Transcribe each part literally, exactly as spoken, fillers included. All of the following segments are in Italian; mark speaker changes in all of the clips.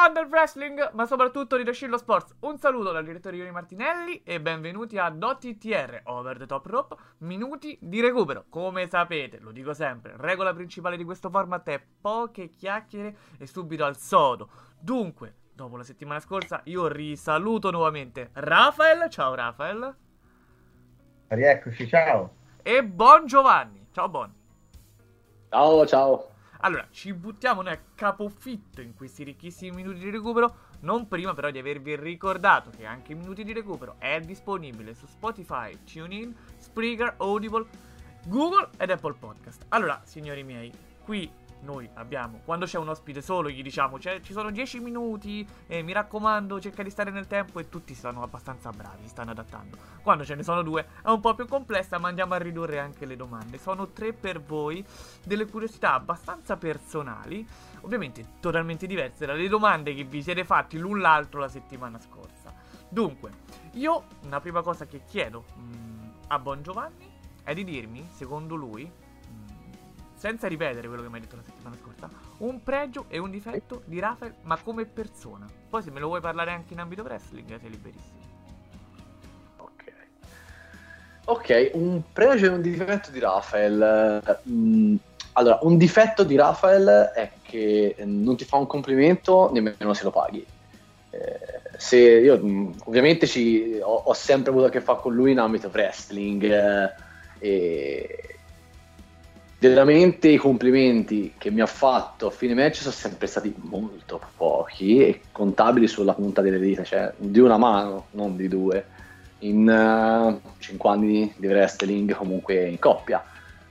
Speaker 1: fan del wrestling, ma soprattutto di Rescillo Sports. Un saluto dal direttore Ioni Martinelli e benvenuti ad O T T R, Over the Top Rope, minuti di recupero. Come sapete, lo dico sempre, regola principale di questo format è poche chiacchiere e subito al sodo. Dunque, dopo la settimana scorsa, io risaluto nuovamente Rafael. Ciao Rafael.
Speaker 2: Rieccoci, ciao.
Speaker 1: E Bon Giovanni. Ciao Bon.
Speaker 3: Ciao, ciao.
Speaker 1: Allora, ci buttiamo noi a capofitto in questi ricchissimi minuti di recupero, non prima però di avervi ricordato che anche i minuti di recupero è disponibile su Spotify, TuneIn, Spreaker, Audible, Google ed Apple Podcast. Allora, signori miei, qui noi abbiamo, quando c'è un ospite solo gli diciamo cioè, ci sono dieci minuti e mi raccomando cerca di stare nel tempo, e tutti stanno abbastanza bravi, stanno adattando. Quando ce ne sono due è un po' più complessa, ma andiamo a ridurre anche le domande. Sono tre per voi, delle curiosità abbastanza personali, ovviamente totalmente diverse dalle domande che vi siete fatti l'un l'altro la settimana scorsa. Dunque, io una prima cosa che chiedo mh, a Bon Giovanni è di dirmi, secondo lui, senza ripetere quello che mi hai detto la settimana scorsa, un pregio e un difetto di Rafael, ma come persona. Poi se me lo vuoi parlare anche in ambito wrestling, sei liberissimo.
Speaker 3: Ok. Ok, un pregio e un difetto di Rafael. Mm, allora, un difetto di Rafael è che non ti fa un complimento nemmeno se lo paghi. Eh, se io mm, ovviamente ci, ho, ho sempre avuto a che fare con lui in ambito wrestling eh, e veramente i complimenti che mi ha fatto a fine match sono sempre stati molto pochi e contabili sulla punta delle dita, cioè di una mano, non di due, in uh, cinque anni di wrestling comunque in coppia.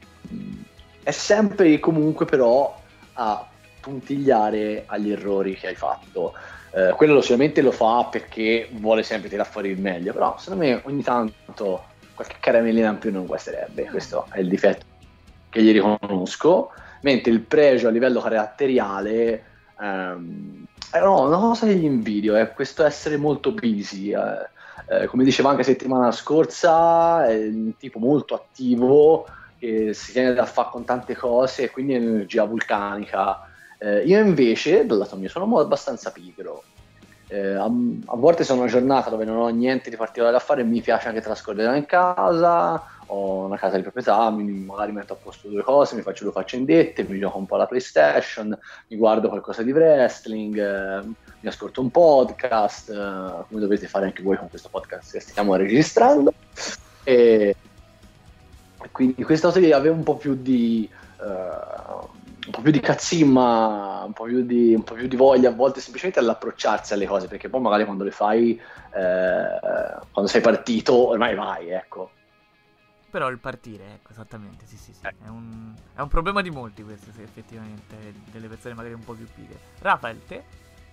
Speaker 3: È sempre comunque però a puntigliare agli errori che hai fatto. Uh, quello sicuramente lo fa perché vuole sempre tirare fuori il meglio, però secondo me ogni tanto qualche caramellina in più non guasterebbe. Questo è il difetto che gli riconosco, mentre il pregio a livello caratteriale ehm, è no, una cosa che gli invidio, è questo essere molto busy, eh, eh, come diceva anche settimana scorsa, è un tipo molto attivo, che si tiene da fare con tante cose e quindi è energia vulcanica. Eh, io invece, dal lato mio, sono molto abbastanza pigro. Eh, a, a volte sono una giornata dove non ho niente di particolare da fare e mi piace anche trascorrere in casa, ho una casa di proprietà, mi, magari metto a posto due cose, mi faccio due faccendette, mi gioco un po' alla PlayStation, mi guardo qualcosa di wrestling, eh, mi ascolto un podcast, eh, come dovete fare anche voi con questo podcast che stiamo registrando. E quindi questa cosa di avere un po' più di uh, un po' più di cazzimma, un po' più di, un po' più di voglia a volte semplicemente all'approcciarsi alle cose, perché poi magari quando le fai eh, quando sei partito ormai vai, ecco.
Speaker 1: Però il partire, ecco, esattamente, sì sì sì, è un, è un problema di molti questo, sì, effettivamente, delle persone magari un po' più pigre. Rafael, te?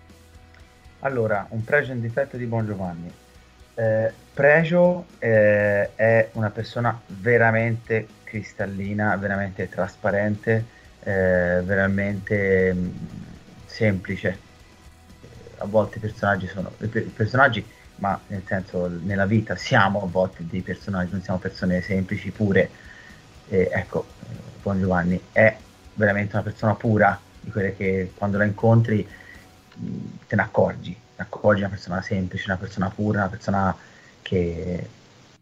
Speaker 2: Allora, un pregio e un difetto di Bon Giovanni. Eh, pregio eh, è una persona veramente cristallina, veramente trasparente, eh, veramente mh, semplice. A volte i personaggi sono i per- personaggi, ma nel senso nella vita siamo a volte dei personaggi, non siamo persone semplici, pure. Eh, ecco, eh, Bon Giovanni è veramente una persona pura, di quelle che quando la incontri mh, te ne accorgi, te ne accorgi, una persona semplice, una persona pura, una persona che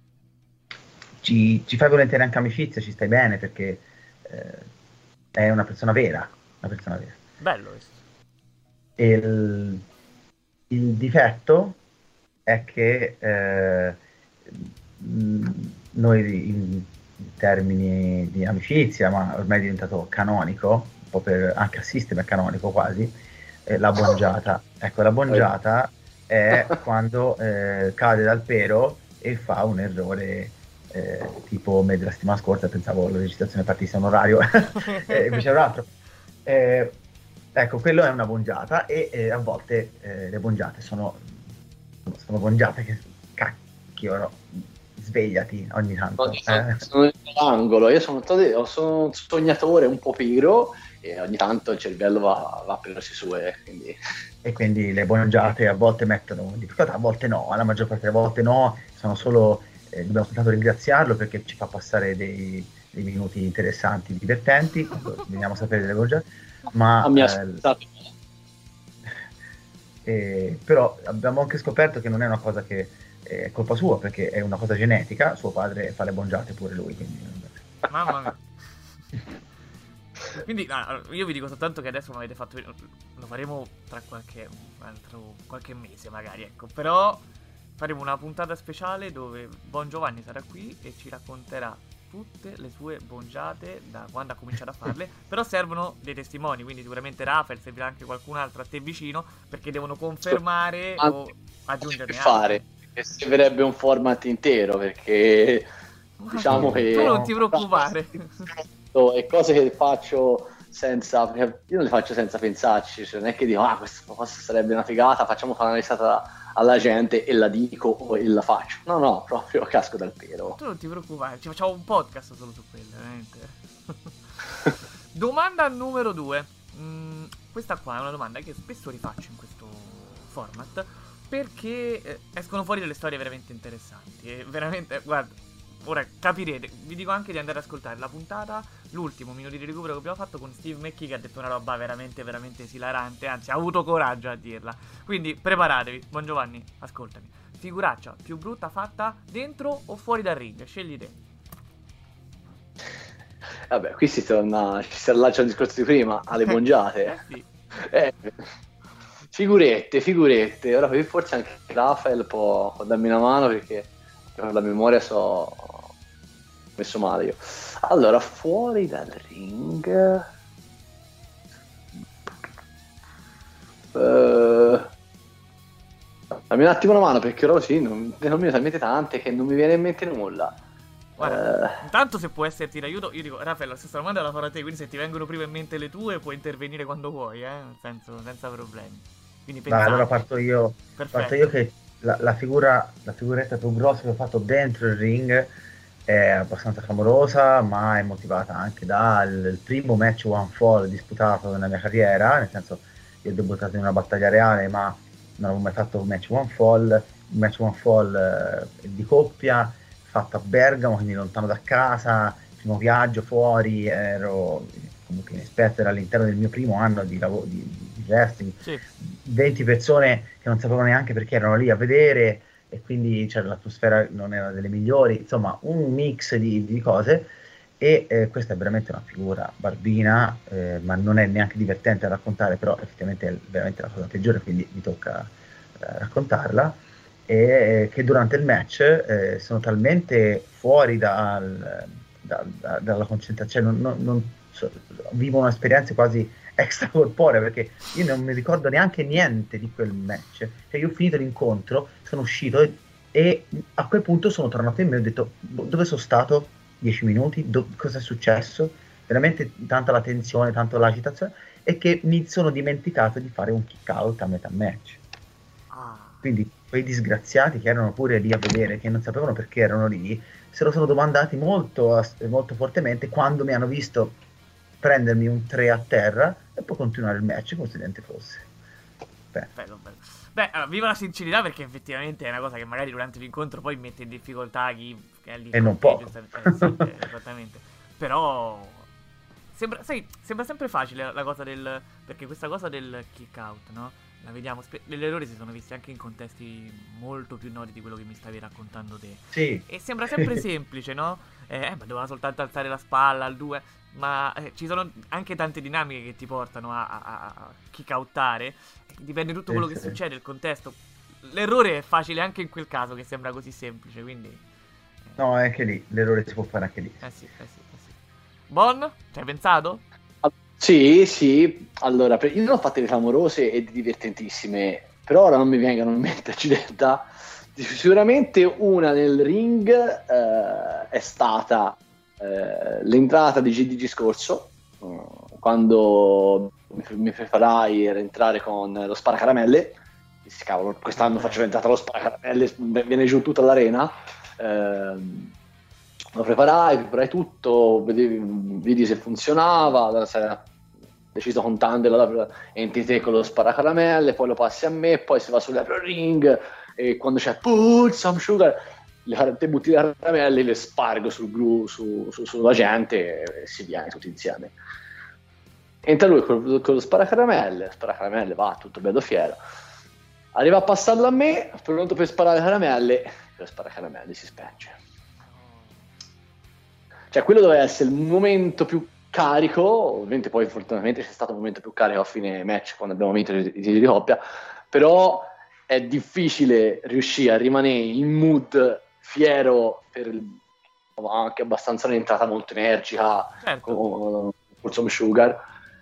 Speaker 2: ci, ci fai volentieri anche amicizia, ci stai bene perché eh, è una persona vera, una persona vera.
Speaker 1: Bello questo.
Speaker 2: E il, il difetto è che eh, mh, noi in, in termini di amicizia, ma ormai è diventato canonico, un po' per, anche a System è canonico quasi, eh, la bongiata. Ecco, la bongiata è quando eh, cade dal pero e fa un errore eh, tipo me della settimana scorsa, pensavo la registrazione partisse a un orario e invece era un altro. Eh, ecco, quello è una bongiata e eh, a volte eh, le bongiate sono, sono bongiate che cacchio, no? Svegliati ogni tanto.
Speaker 3: No, sono, eh. sono nell'angolo, io sono, sono un sognatore un po' pigro e ogni tanto il cervello va, va a prendersi su e quindi...
Speaker 2: e quindi le bongiate a volte mettono difficoltà, a volte no, alla maggior parte delle volte no, sono solo eh, dobbiamo soltanto ringraziarlo perché ci fa passare dei, dei minuti interessanti, divertenti, quando veniamo a sapere delle bongiate, ma
Speaker 3: Ah, mi
Speaker 2: eh,
Speaker 3: aspettate.
Speaker 2: E, però abbiamo anche scoperto che non è una cosa che è colpa sua, perché è una cosa genetica. Suo padre fa le bongiate pure lui, quindi
Speaker 1: Mamma mia. Quindi ah, io vi dico soltanto che adesso non avete fatto, lo faremo tra qualche altro, qualche mese magari, ecco. Però faremo una puntata speciale dove Bon Giovanni sarà qui e ci racconterà tutte le sue bongiate da quando ha cominciato a farle. Però servono dei testimoni, quindi sicuramente Rafael, servirà anche qualcun altro a te vicino, perché devono confermare
Speaker 3: Ma
Speaker 1: o aggiungerne
Speaker 3: fare
Speaker 1: altri.
Speaker 3: che servirebbe un format intero, perché
Speaker 1: Ma
Speaker 3: diciamo
Speaker 1: tu
Speaker 3: che
Speaker 1: non ti preoccupare.
Speaker 3: e cose che faccio senza, io non le faccio senza pensarci, cioè non è che dico ah questa cosa sarebbe una figata, facciamo fare una risata alla gente e la dico e la faccio, no no, proprio casco dal pelo.
Speaker 1: Tu non ti preoccupare, ci facciamo un podcast solo su quello, veramente. Domanda numero due. Mm, questa qua è una domanda che spesso rifaccio in questo format, perché eh, escono fuori delle storie veramente interessanti e veramente, guarda, ora capirete, vi dico anche di andare ad ascoltare la puntata, l'ultimo minuto di recupero che abbiamo fatto con Steve McKee, che ha detto una roba veramente veramente esilarante, anzi ha avuto coraggio a dirla. Quindi preparatevi. Buon Giovanni, ascoltami. Figuraccia più brutta fatta dentro o fuori dal ring? Scegli te.
Speaker 3: Vabbè, qui si torna, ci si allaccia al discorso di prima, alle bongiate.
Speaker 1: Eh sì.
Speaker 3: Eh, figurette, figurette. Ora forse anche Rafael può, può darmi una mano, perché per la memoria so messo male io. Allora, fuori dal ring, uh, dammi un attimo una mano, perché ora sì, non, non mi ne talmente tante che non mi viene in mente nulla.
Speaker 1: Guarda,
Speaker 3: uh,
Speaker 1: intanto se può esserti d'aiuto, io dico, Raffaele, la stessa domanda la farò a te, quindi se ti vengono prima in mente le tue puoi intervenire quando vuoi, eh, nel senso, senza problemi. Quindi
Speaker 2: Dai,
Speaker 1: pensate.
Speaker 2: allora parto io.
Speaker 1: Perfetto.
Speaker 2: Parto io che la, la figura, la figuretta più grossa che ho fatto dentro il ring è abbastanza clamorosa, ma è motivata anche dal primo match one fall disputato nella mia carriera, nel senso io ho debuttato in una battaglia reale, ma non avevo mai fatto un match one fall, un match one fall eh, di coppia, fatto a Bergamo, quindi lontano da casa, primo viaggio fuori, ero comunque inesperto, era all'interno del mio primo anno di, lavoro, di, di wrestling,
Speaker 1: Sì.
Speaker 2: venti persone che non sapevano neanche perché erano lì a vedere, e quindi cioè, l'atmosfera non era delle migliori, insomma un mix di, di cose, e eh, questa è veramente una figura barbina, eh, ma non è neanche divertente a raccontare, però effettivamente è veramente la cosa peggiore, quindi mi tocca eh, raccontarla, e eh, che durante il match eh, sono talmente fuori dal, da, da, dalla concentrazione, non, non, non so, vivono esperienze quasi extracorporea, perché io non mi ricordo neanche niente di quel match, cioè io ho finito l'incontro, sono uscito e, e a quel punto sono tornato in me e ho detto dove sono stato? dieci minuti? Do- cosa è successo? Veramente tanta la tensione, tanto l'agitazione, e che mi sono dimenticato di fare un kick out a metà match.
Speaker 1: Ah.
Speaker 2: Quindi quei disgraziati che erano pure lì a vedere, che non sapevano perché erano lì, se lo sono domandati molto, molto fortemente quando mi hanno visto prendermi un tre a terra e poi continuare il match come se niente fosse. Beh,
Speaker 1: Bello, bello. Beh, allora, viva la sincerità, perché effettivamente è una cosa che magari durante l'incontro poi mette in difficoltà chi è lì.
Speaker 2: E non
Speaker 1: te,
Speaker 2: poco.
Speaker 1: giustamente. Eh, sì, eh, esattamente. Però sembra, sai, sembra sempre facile la cosa del, perché questa cosa del kick out, no? La vediamo, spe- gli errori si sono visti anche in contesti molto più noti di quello che mi stavi raccontando te.
Speaker 2: sì.
Speaker 1: E sembra sempre semplice, no? Eh, ma doveva soltanto alzare la spalla al due. Ma eh, ci sono anche tante dinamiche che ti portano a, a, a kick outare. Dipende tutto quello
Speaker 2: Sì,
Speaker 1: che
Speaker 2: sì.
Speaker 1: succede, il contesto. L'errore è facile anche in quel caso, che sembra così semplice, quindi... eh,
Speaker 2: No, è anche lì, l'errore si può fare anche lì.
Speaker 1: Eh sì, eh sì, eh sì. Bon, ci hai pensato?
Speaker 3: Sì, sì, allora, per- io ne ho fatte di clamorose e di divertentissime, però ora non mi vengono in mente, accidenta. Sicuramente una nel ring eh, è stata eh, l'entrata di G D G scorso, eh, quando mi, mi preparai a entrare con lo sparacaramelle. Dissi, cavolo, quest'anno faccio l'entrata allo sparacaramelle, viene giù tutta l'arena. Ehm, lo preparai, preparai tutto, vedevi, vedi se funzionava, si era deciso con Tandela, entri te con lo sparacaramelle, poi lo passi a me, poi si va sull'Apple Ring, e quando c'è put some sugar, le, te butti le caramelle, le spargo sul gru, su, su, sulla gente e si viene tutti insieme. Entra lui con, con lo sparacaramelle, sparacaramelle va tutto bello fiero. arriva a passarlo a me, pronto per sparare caramelle, per sparare caramelle si spenge. Cioè quello doveva essere il momento più carico, ovviamente poi fortunatamente c'è stato un momento più carico a fine match quando abbiamo vinto i tiri di coppia, però è difficile riuscire a rimanere in mood fiero per il, anche abbastanza un'entrata molto energica, certo, con, con some sugar,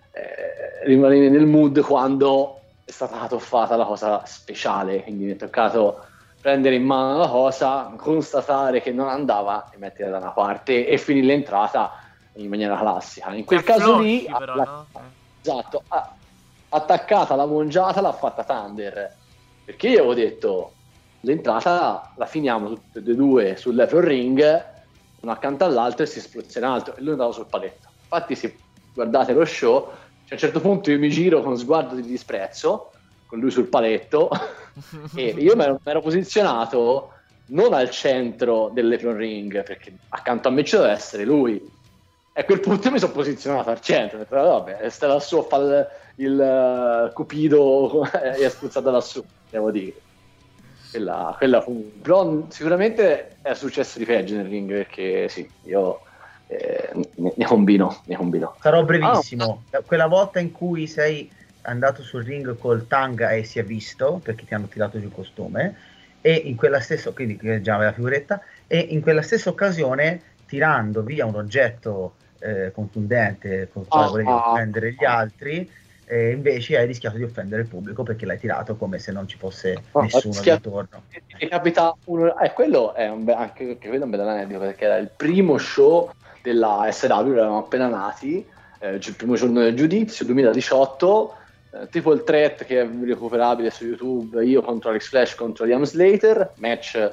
Speaker 3: eh, rimanere nel mood quando è stata toffata la cosa speciale, quindi mi è toccato prendere in mano la cosa, constatare che non andava e mettere da una parte e finire l'entrata in maniera classica. In quel caso
Speaker 1: flush,
Speaker 3: lì,
Speaker 1: però,
Speaker 3: la,
Speaker 1: no? eh.
Speaker 3: esatto, ha, attaccata la mongiata, l'ha fatta Thunder, perché io avevo detto l'entrata la finiamo tutte e due sull'Apron Ring, uno accanto all'altro e si esplode in alto, e lui andava sul paletto. Infatti se guardate lo show, cioè, a un certo punto io mi giro con sguardo di disprezzo con lui sul paletto e io mi ero, ero posizionato non al centro dell'Apron Ring, perché accanto a me ci deve essere lui, e a quel punto io mi sono posizionato al centro, ho detto vabbè, sta lassù, fa il, il uh, cupido e è spruzzato lassù, devo dire. Quella, quella fu... Però sicuramente è successo di peggio nel ring, perché sì, io eh, ne, ne combino, ne combino.
Speaker 2: Sarò brevissimo. Ah. Quella volta in cui sei andato sul ring col tanga e si è visto, perché ti hanno tirato giù il costume, e in quella stessa, quindi già la figuretta, e in quella stessa occasione, tirando via un oggetto eh, contundente con il quale
Speaker 3: ah,
Speaker 2: volevi offendere gli altri, e invece hai rischiato di offendere il pubblico perché l'hai tirato come se non ci fosse oh, nessuno intorno.
Speaker 3: E capita uno, eh, quello è un be- anche, anche quello è un bel aneddoto, perché era il primo show della S W, eravamo appena nati, eh, il primo giorno del giudizio, duemiladiciotto, eh, Triple Threat che è recuperabile su YouTube, io contro Alex Flash contro Liam Slater, match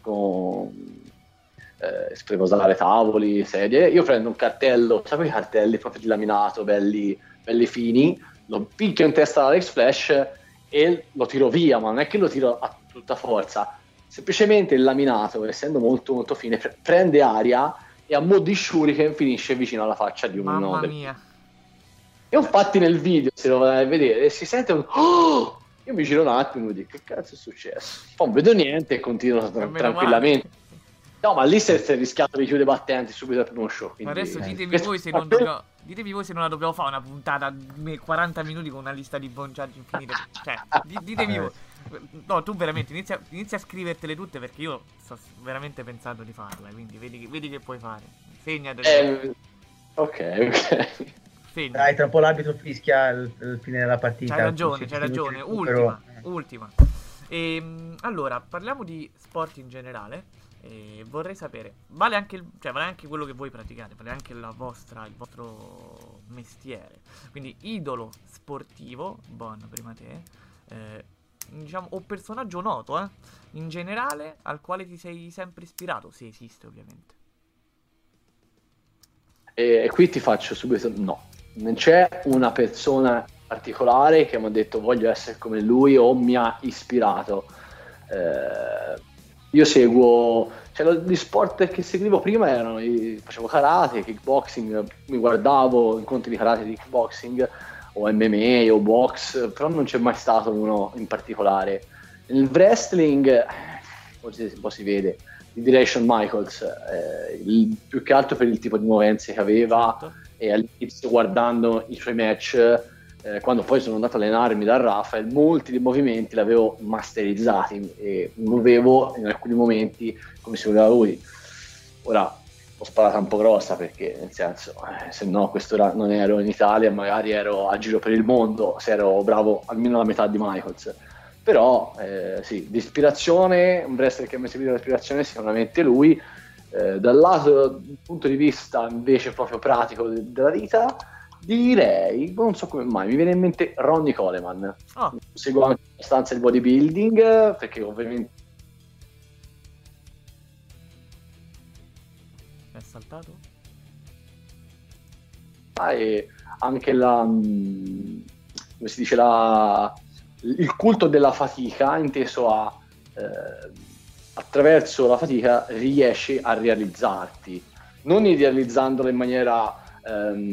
Speaker 3: con eh, spreposare tavoli, sedie, io prendo un cartello, sapete i cartelli proprio di laminato, belli, belli fini, lo picchio in testa ad Alex Flash e lo tiro via, ma non è che lo tiro a tutta forza, semplicemente il laminato, essendo molto molto fine, pre- prende aria e a mo' di shuriken finisce vicino alla faccia di uno.
Speaker 1: Mamma
Speaker 3: del...
Speaker 1: mia.
Speaker 3: E infatti nel video, se lo vai a vedere, si sente un oh! Io mi giro un attimo e dico che cazzo è successo? Poi non vedo niente e continuo tra- tranquillamente. Male. No, ma lì si è rischiato di chiudere battenti subito al primo show. Quindi...
Speaker 1: Adesso ditemi voi se non dobbiamo, ditemi voi se non la dobbiamo fare una puntata di quaranta minuti con una lista di bonciaggi infinite. Cioè, di, ditemi voi. No, tu veramente inizia, inizia a scrivertele tutte, perché io sto veramente pensando di farla. Quindi vedi, vedi che puoi fare. Segnatele.
Speaker 3: Eh, ok, ok.
Speaker 1: Segna.
Speaker 2: Dai, tra un po' l'arbitro fischia il, il fine della partita.
Speaker 1: C'hai ragione, c'hai ragione. Ultima, ultima. E, allora, parliamo di sport in generale. E vorrei sapere, vale anche, il, cioè, vale anche quello che voi praticate, vale anche la vostra, il vostro mestiere. Quindi idolo sportivo, Bon, prima te, eh, diciamo, o personaggio noto, eh, in generale, al quale ti sei sempre ispirato, se esiste ovviamente.
Speaker 3: E qui ti faccio subito no, non c'è una persona particolare che mi ha detto voglio essere come lui o mi ha ispirato. Eh, io seguo, cioè gli sport che seguivo prima erano, facevo karate, kickboxing, mi guardavo incontri di karate, di kickboxing o M M A o box, però non c'è mai stato uno in particolare. Nel wrestling eh, un po' si vede, di direi Shawn Michaels, eh, il, più che altro per il tipo di movenze che aveva, certo. E all'inizio guardando i suoi match, eh, quando poi sono andato a allenarmi da Rafael, molti dei movimenti li avevo masterizzati e muovevo in alcuni momenti come si muoveva lui. Ora ho sparato un po' grossa, perché nel senso, eh, se no quest'ora non ero in Italia, magari ero a giro per il mondo, se ero bravo almeno la metà di Michaels. Però eh, sì, di ispirazione, un wrestler che mi ha seguito l'ispirazione è sicuramente lui. Eh, dal lato, dal punto di vista invece proprio pratico de- della vita, direi, non so come mai, mi viene in mente Ronnie Coleman. Oh. Seguo anche abbastanza il bodybuilding, perché ovviamente
Speaker 1: è saltato?
Speaker 3: Ah, e anche la come si dice la il culto della fatica, inteso a eh, attraverso la fatica riesci a realizzarti, non idealizzandola in maniera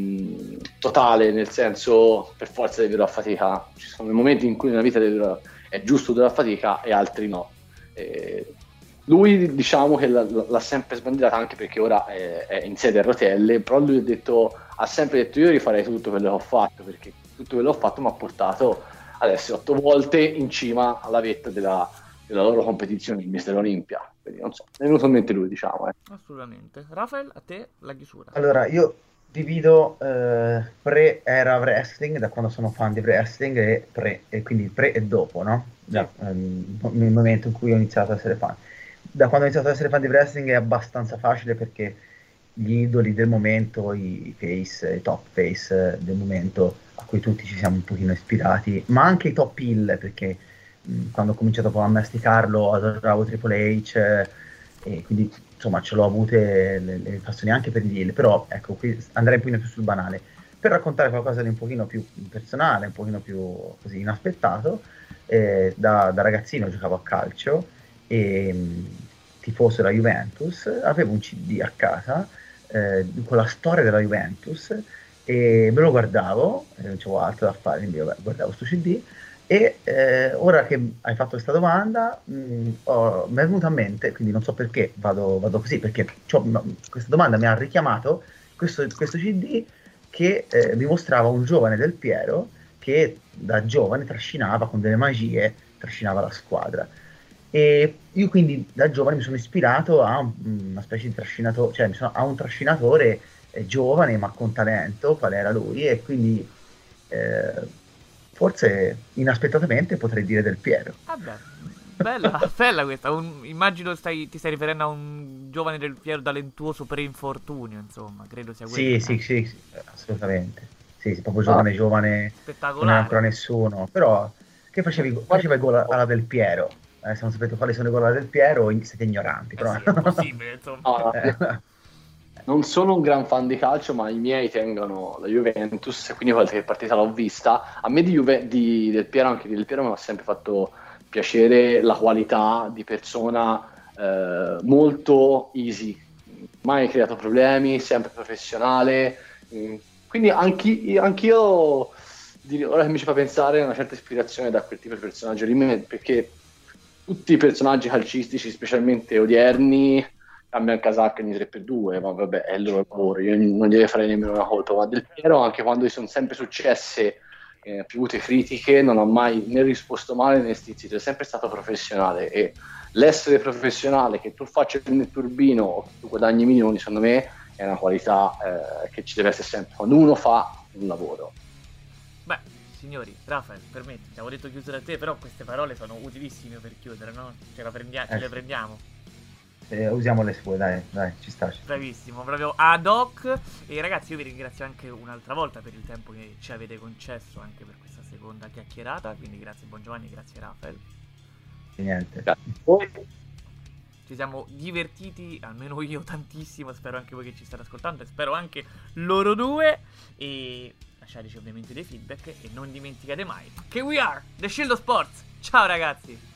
Speaker 3: ehm, totale, nel senso per forza devi avere la fatica. Ci sono momenti in cui nella vita devi avere... è giusto della fatica e altri no. Eh, lui diciamo che l- l'ha sempre sbandierata, anche perché ora è, è in sedia a rotelle, però lui ha detto, ha sempre detto io rifarei tutto quello che ho fatto, perché tutto quello che ho fatto mi ha portato ad essere otto volte in cima alla vetta della, della loro competizione, il mister Olimpia. Quindi non so, è venuto in mente lui, diciamo. Eh.
Speaker 1: Assolutamente. Rafael, a te la chiusura.
Speaker 2: Allora, io divido eh, pre-era wrestling, da quando sono fan di wrestling, e pre, e quindi pre e dopo, no? Da,
Speaker 1: Sì.
Speaker 2: ehm, nel momento in cui ho iniziato ad essere fan. Da quando ho iniziato ad essere fan di wrestling è abbastanza facile, perché gli idoli del momento, i face, i top face del momento, a cui tutti ci siamo un pochino ispirati, ma anche i top heel, perché mh, quando ho cominciato poi a masticarlo adoravo Triple H, eh, e quindi insomma ce l'ho avute le, le passioni anche per gli heel, però ecco, qui andrei un pochino più sul banale. Per raccontare qualcosa di un pochino più personale, un pochino più così inaspettato, eh, da, da ragazzino giocavo a calcio e mh, tifoso della Juventus, avevo un C D a casa eh, con la storia della Juventus e me lo guardavo, e non c'avevo altro da fare, quindi vabbè, guardavo questo C D e eh, ora che hai fatto questa domanda mh, ho- mi è venuta a mente, quindi non so perché vado, vado così, perché c'ho- m- questa domanda mi ha richiamato questo, questo C D che eh, mi mostrava un giovane Del Piero che da giovane trascinava con delle magie, trascinava la squadra. E io quindi da giovane mi sono ispirato a un- una specie di trascinatore, cioè mi sono- a un trascinatore eh, giovane ma con talento, qual era lui, e quindi eh, forse inaspettatamente potrei dire Del Piero.
Speaker 1: Vabbè, bella, bella questa. Un- immagino stai, ti stai riferendo a un giovane Del Piero talentuoso pre-infortunio, insomma, credo sia quello,
Speaker 2: Sì, sì,
Speaker 1: no?
Speaker 2: sì, sì, assolutamente. Sì, sì, proprio
Speaker 3: Ah,
Speaker 2: giovane, giovane, non era ancora
Speaker 1: Spettacolare.
Speaker 2: nessuno, però che facevi,
Speaker 3: guarda,
Speaker 2: faceva il gol alla Del Piero. Eh, se non sapete quali sono i gol alla Del Piero, in- siete ignoranti,
Speaker 1: Eh
Speaker 2: però...
Speaker 1: sì, è impossibile, insomma.
Speaker 3: no,
Speaker 2: eh,
Speaker 3: non sono un gran fan di calcio, ma i miei tengono la Juventus, e quindi qualche partita l'ho vista. A me di, Juve, di Del Piero, anche di Del Piero, mi ha sempre fatto piacere la qualità di persona, eh, molto easy, mai creato problemi, sempre professionale. Mm, Quindi anche anch'io, di- ora che mi ci fa pensare, una certa ispirazione da quel tipo di personaggio lì, me- perché tutti i personaggi calcistici, specialmente odierni, cambiano casacca ogni tre per due, ma vabbè, è il loro lavoro, io non gli devo fare nemmeno una colpa. Ma Del Piero, anche quando gli sono sempre successe eh, piovute critiche, non ha mai né risposto male né stizzito, è sempre stato professionale, e l'essere professionale, che tu faccia il netturbino o che tu guadagni milioni, secondo me è una qualità eh, che ci deve essere sempre quando uno fa un lavoro.
Speaker 1: Beh, signori, Rafael, permetti, ti avevo detto chiusura a te, però queste parole sono utilissime per chiudere, no? Ce, la prendia- ce
Speaker 2: eh
Speaker 1: le
Speaker 2: sì.
Speaker 1: prendiamo.
Speaker 2: Eh, usiamo le sue, dai, dai, ci sta. Ci sta.
Speaker 1: Bravissimo, proprio ad hoc. E ragazzi, io vi ringrazio anche un'altra volta per il tempo che ci avete concesso anche per questa seconda chiacchierata. Quindi grazie Buon Giovanni, grazie Rafael.
Speaker 2: Niente.
Speaker 3: Grazie a voi.
Speaker 1: Ci siamo divertiti, almeno io tantissimo, spero anche voi che ci state ascoltando e spero anche loro due. E lasciateci ovviamente dei feedback e non dimenticate mai che we are The Shield of Sports. Ciao ragazzi!